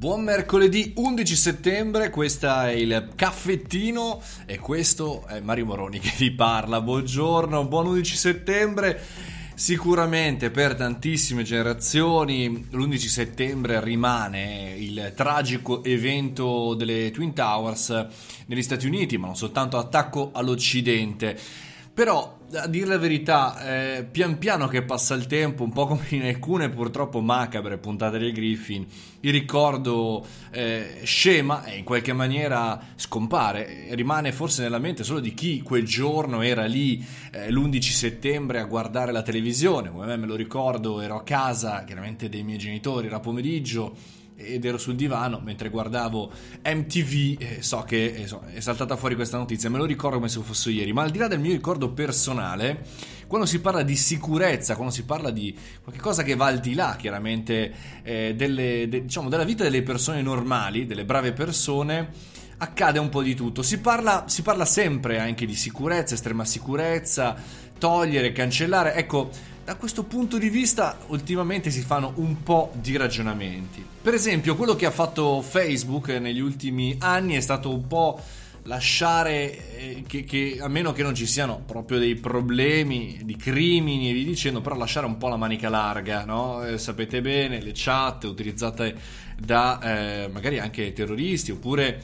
Buon mercoledì 11 settembre, questo è il caffettino e questo è Mario Moroni che vi parla. Buongiorno, buon 11 settembre. Sicuramente per tantissime generazioni l'11 settembre rimane il tragico evento delle Twin Towers negli Stati Uniti, ma non soltanto attacco all'Occidente. Però, a dire la verità, pian piano che passa il tempo, un po' come in alcune purtroppo macabre puntate del Griffin, il ricordo scema e in qualche maniera scompare. Rimane forse nella mente solo di chi quel giorno era lì l'11 settembre a guardare la televisione. Come me lo ricordo, ero a casa, chiaramente dei miei genitori, era pomeriggio, ed ero sul divano mentre guardavo MTV. So che è saltata fuori questa notizia, me lo ricordo come se fosse ieri. Ma al di là del mio ricordo personale, quando si parla di sicurezza, quando si parla di qualcosa che va al di là chiaramente della vita delle persone normali, delle brave persone, accade un po' di tutto. Si parla sempre anche di sicurezza, estrema sicurezza, togliere, cancellare. Ecco, da questo punto di vista ultimamente si fanno un po' di ragionamenti. Per esempio, quello che ha fatto Facebook negli ultimi anni è stato un po' lasciare che a meno che non ci siano proprio dei problemi di crimini e via dicendo, però lasciare un po' la manica larga, no? Sapete bene, le chat utilizzate da magari anche terroristi, oppure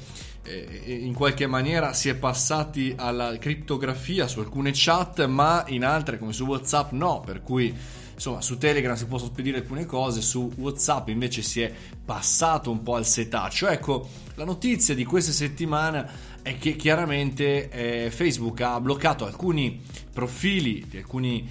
in qualche maniera si è passati alla crittografia su alcune chat, ma in altre come su WhatsApp no, per cui insomma su Telegram si possono spedire alcune cose, su WhatsApp invece si è passato un po' al setaccio. Ecco, la notizia di questa settimana è che chiaramente Facebook ha bloccato alcuni profili di alcuni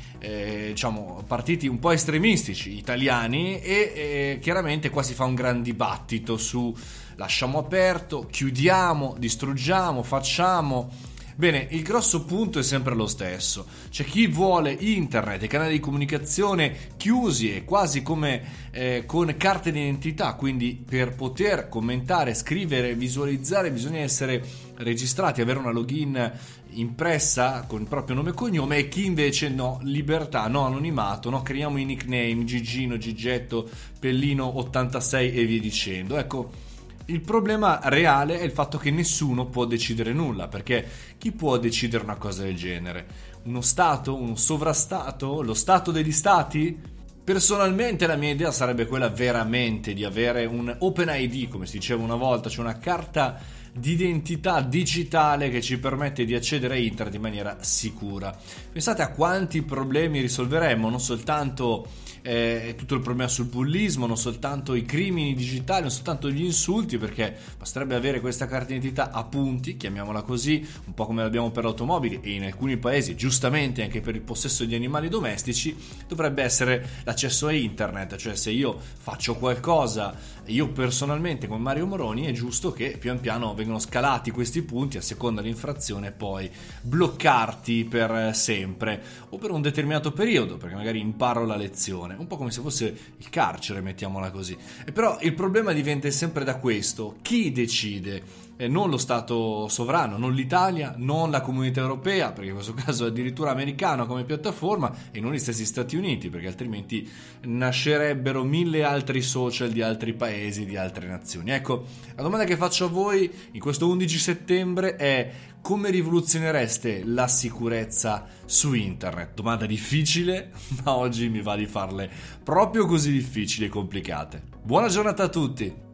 partiti un po' estremistici italiani e chiaramente qua si fa un gran dibattito su lasciamo aperto, chiudiamo, distruggiamo, facciamo. Bene, il grosso punto è sempre lo stesso. C'è chi vuole internet e canali di comunicazione chiusi e quasi come con carte d'identità, quindi per poter commentare, scrivere, visualizzare bisogna essere registrati, avere una login impressa con il proprio nome e cognome, e chi invece no, libertà, no anonimato, no, creiamo i nickname Gigino, Gigetto, Pellino 86 e via dicendo. Ecco, il problema reale è il fatto che nessuno può decidere nulla, perché chi può decidere una cosa del genere? Uno Stato? Un sovrastato? Lo Stato degli Stati? Personalmente la mia idea sarebbe quella veramente di avere un Open ID, come si diceva una volta, cioè una carta d'identità digitale che ci permette di accedere a internet in maniera sicura. Pensate a quanti problemi risolveremmo, non soltanto tutto il problema sul bullismo, non soltanto i crimini digitali, non soltanto gli insulti, perché basterebbe avere questa carta d'identità a punti, chiamiamola così, un po' come l'abbiamo per le automobili e in alcuni paesi giustamente anche per il possesso di animali domestici, dovrebbe essere l'accesso a internet. Cioè, se io faccio qualcosa, io personalmente come Mario Moroni, è giusto che pian piano vengono scalati questi punti a seconda dell'infrazione e poi bloccarti per sempre o per un determinato periodo, perché magari imparo la lezione, un po' come se fosse il carcere, mettiamola così. E però il problema diventa sempre da questo: chi decide? Non lo Stato sovrano, non l'Italia, non la Comunità Europea, perché in questo caso è addirittura americano come piattaforma, e non gli stessi Stati Uniti, perché altrimenti nascerebbero 1000 altri social di altri paesi, di altre nazioni. Ecco, la domanda che faccio a voi in questo 11 settembre è: come rivoluzionereste la sicurezza su internet? Domanda difficile, ma oggi mi va di farle proprio così difficili e complicate. Buona giornata a tutti!